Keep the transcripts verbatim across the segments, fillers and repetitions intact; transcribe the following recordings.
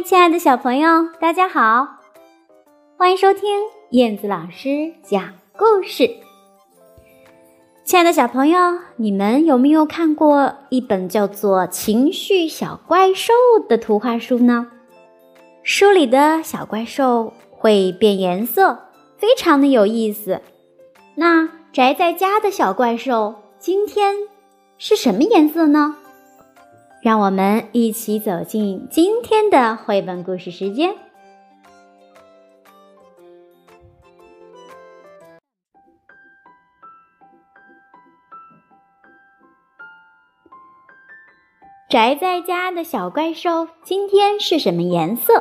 亲爱的小朋友，大家好，欢迎收听燕子老师讲故事。亲爱的小朋友，你们有没有看过一本叫做《情绪小怪兽》的图画书呢？书里的小怪兽会变颜色，非常的有意思。那宅在家的小怪兽今天是什么颜色呢？让我们一起走进今天的绘本故事时间。宅在家的小怪兽今天是什么颜色？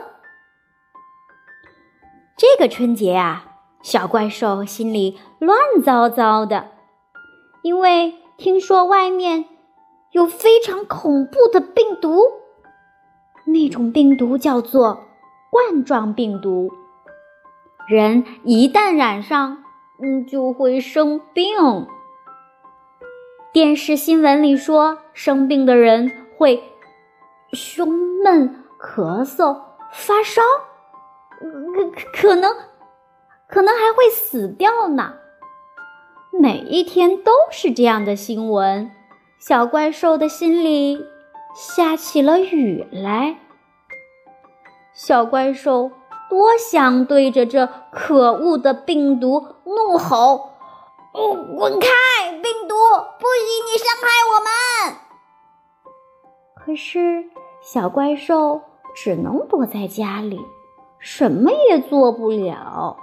这个春节啊，小怪兽心里乱糟糟的，因为听说外面有非常恐怖的病毒，那种病毒叫做冠状病毒，人一旦染上，嗯，就会生病。电视新闻里说，生病的人会胸闷、咳嗽、发烧，可可能可能还会死掉呢。每一天都是这样的新闻，小怪兽的心里下起了雨来。小怪兽多想对着这可恶的病毒怒吼：哦，滚开，病毒，不许你伤害我们！可是小怪兽只能躲在家里，什么也做不了。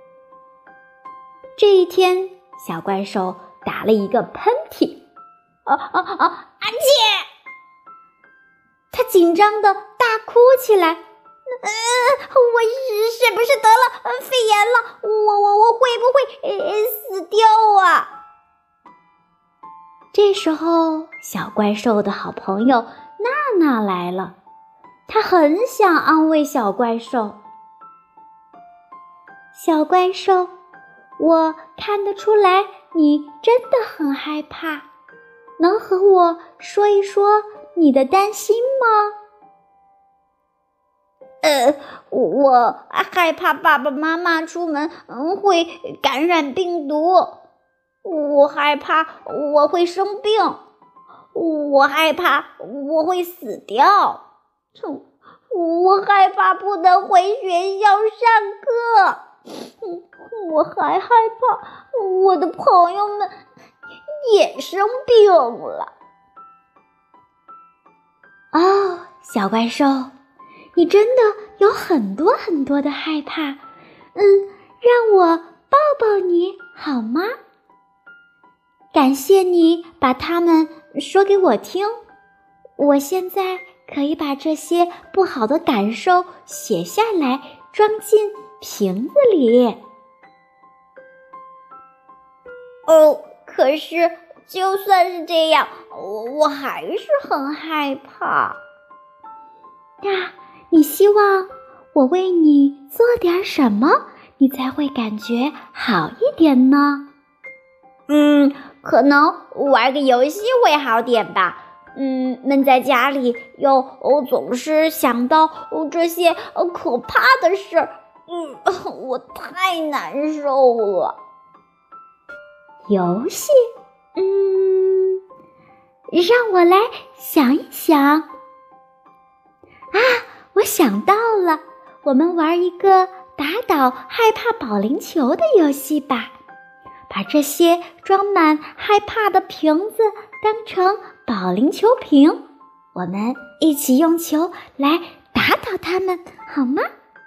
这一天，小怪兽打了一个喷嚏，啊啊啊！阿切！他紧张地大哭起来。呃，我是是不是得了呃肺炎了？我我我会不会呃死掉啊？这时候，小怪兽的好朋友娜娜来了，她很想安慰小怪兽。小怪兽，我看得出来你真的很害怕，能和我说一说你的担心吗？呃，我害怕爸爸妈妈出门嗯会感染病毒，我害怕我会生病，我害怕我会死掉，我害怕不能回学校上课，我还害怕我的朋友们也生病了。哦，小怪兽，你真的有很多很多的害怕，嗯，让我抱抱你好吗？感谢你把它们说给我听，我现在可以把这些不好的感受写下来，装进瓶子里。哦，可是就算是这样，我我还是很害怕。那你希望我为你做点什么，你才会感觉好一点呢？嗯，可能玩个游戏会好点吧。嗯，闷在家里又、哦、总是想到、哦、这些、哦、可怕的事，嗯，我太难受了。游戏，嗯，让我来想一想。啊，我想到了，我们玩一个打倒害怕保龄球的游戏吧。把这些装满害怕的瓶子当成保龄球瓶，我们一起用球来打倒它们，好吗？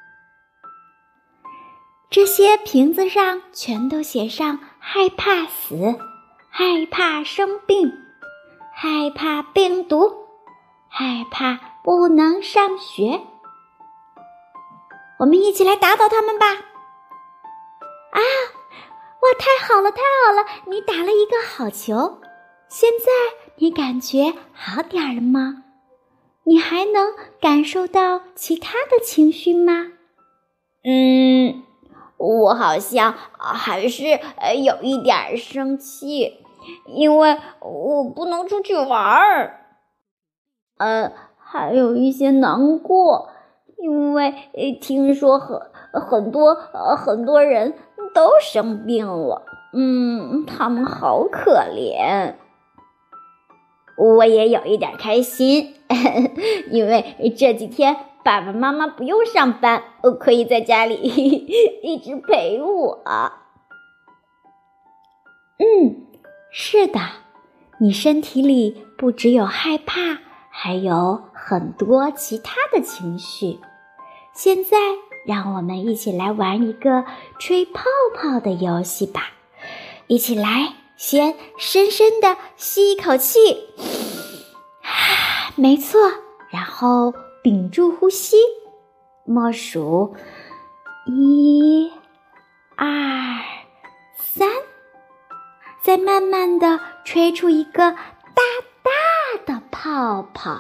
这些瓶子上全都写上害怕死、害怕生病、害怕病毒、害怕不能上学。我们一起来打倒它们吧！啊，哇，太好了，太好了！你打了一个好球。现在你感觉好点了吗？你还能感受到其他的情绪吗？嗯，我好像还是有一点生气，因为我不能出去玩儿。呃，还有一些难过， 因为听说很很多呃很多人都生病了，嗯，他们好可怜。我也有一点开心，因为这几天爸爸妈妈不用上班，我可以在家里一直陪我。嗯，是的，你身体里不只有害怕，还有很多其他的情绪。现在让我们一起来玩一个吹泡泡的游戏吧。一起来，先深深地吸一口气，没错，然后屏住呼吸，默数一、二、三，再慢慢地吹出一个大大的泡泡。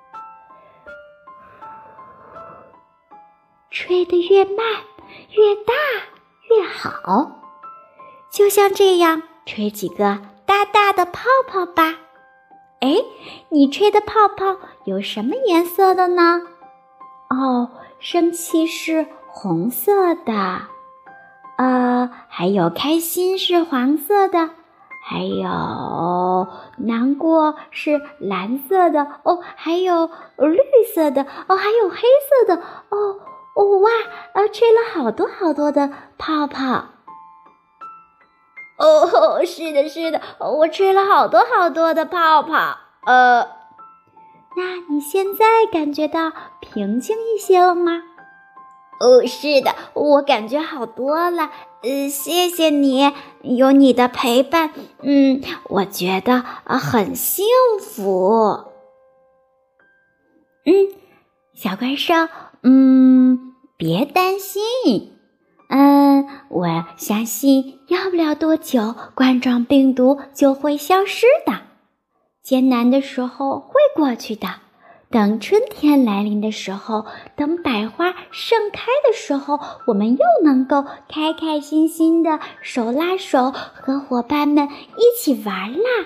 吹得越慢越大越好，就像这样吹几个大大的泡泡吧。哎，你吹的泡泡有什么颜色的呢？哦，生气是红色的，呃，还有开心是黄色的，还有难过是蓝色的，哦，还有绿色的，哦，还有黑色的，哦哦哇，呃，吹了好多好多的泡泡。哦，是的，是的，我吹了好多好多的泡泡。呃，那你现在感觉到平静一些了吗？哦，是的，我感觉好多了。呃，谢谢你，有你的陪伴，嗯，我觉得呃很幸福。嗯，小怪兽，嗯，别担心。嗯，我相信要不了多久，冠状病毒就会消失的。艰难的时候会过去的。等春天来临的时候，等百花盛开的时候，我们又能够开开心心的手拉手和伙伴们一起玩啦。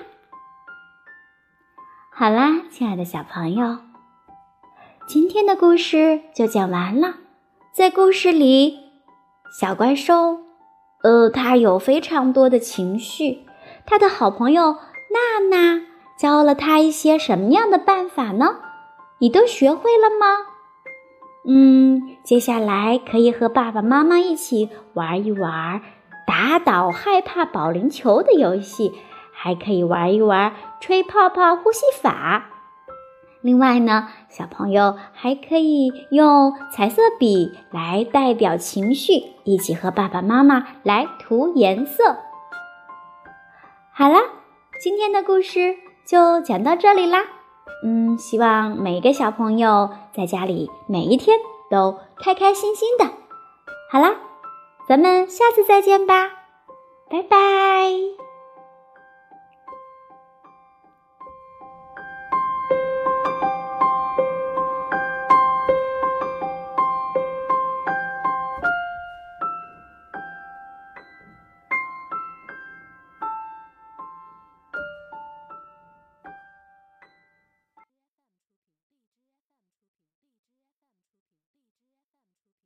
好啦，亲爱的小朋友，今天的故事就讲完了。在故事里，小怪兽，呃，他有非常多的情绪。他的好朋友娜娜教了他一些什么样的办法呢？你都学会了吗？嗯，接下来可以和爸爸妈妈一起玩一玩打倒害怕保龄球的游戏，还可以玩一玩吹泡泡呼吸法。另外呢，小朋友还可以用彩色笔来代表情绪，一起和爸爸妈妈来涂颜色。好啦，今天的故事就讲到这里啦。嗯，希望每个小朋友在家里每一天都开开心心的。好啦，咱们下次再见吧，拜拜。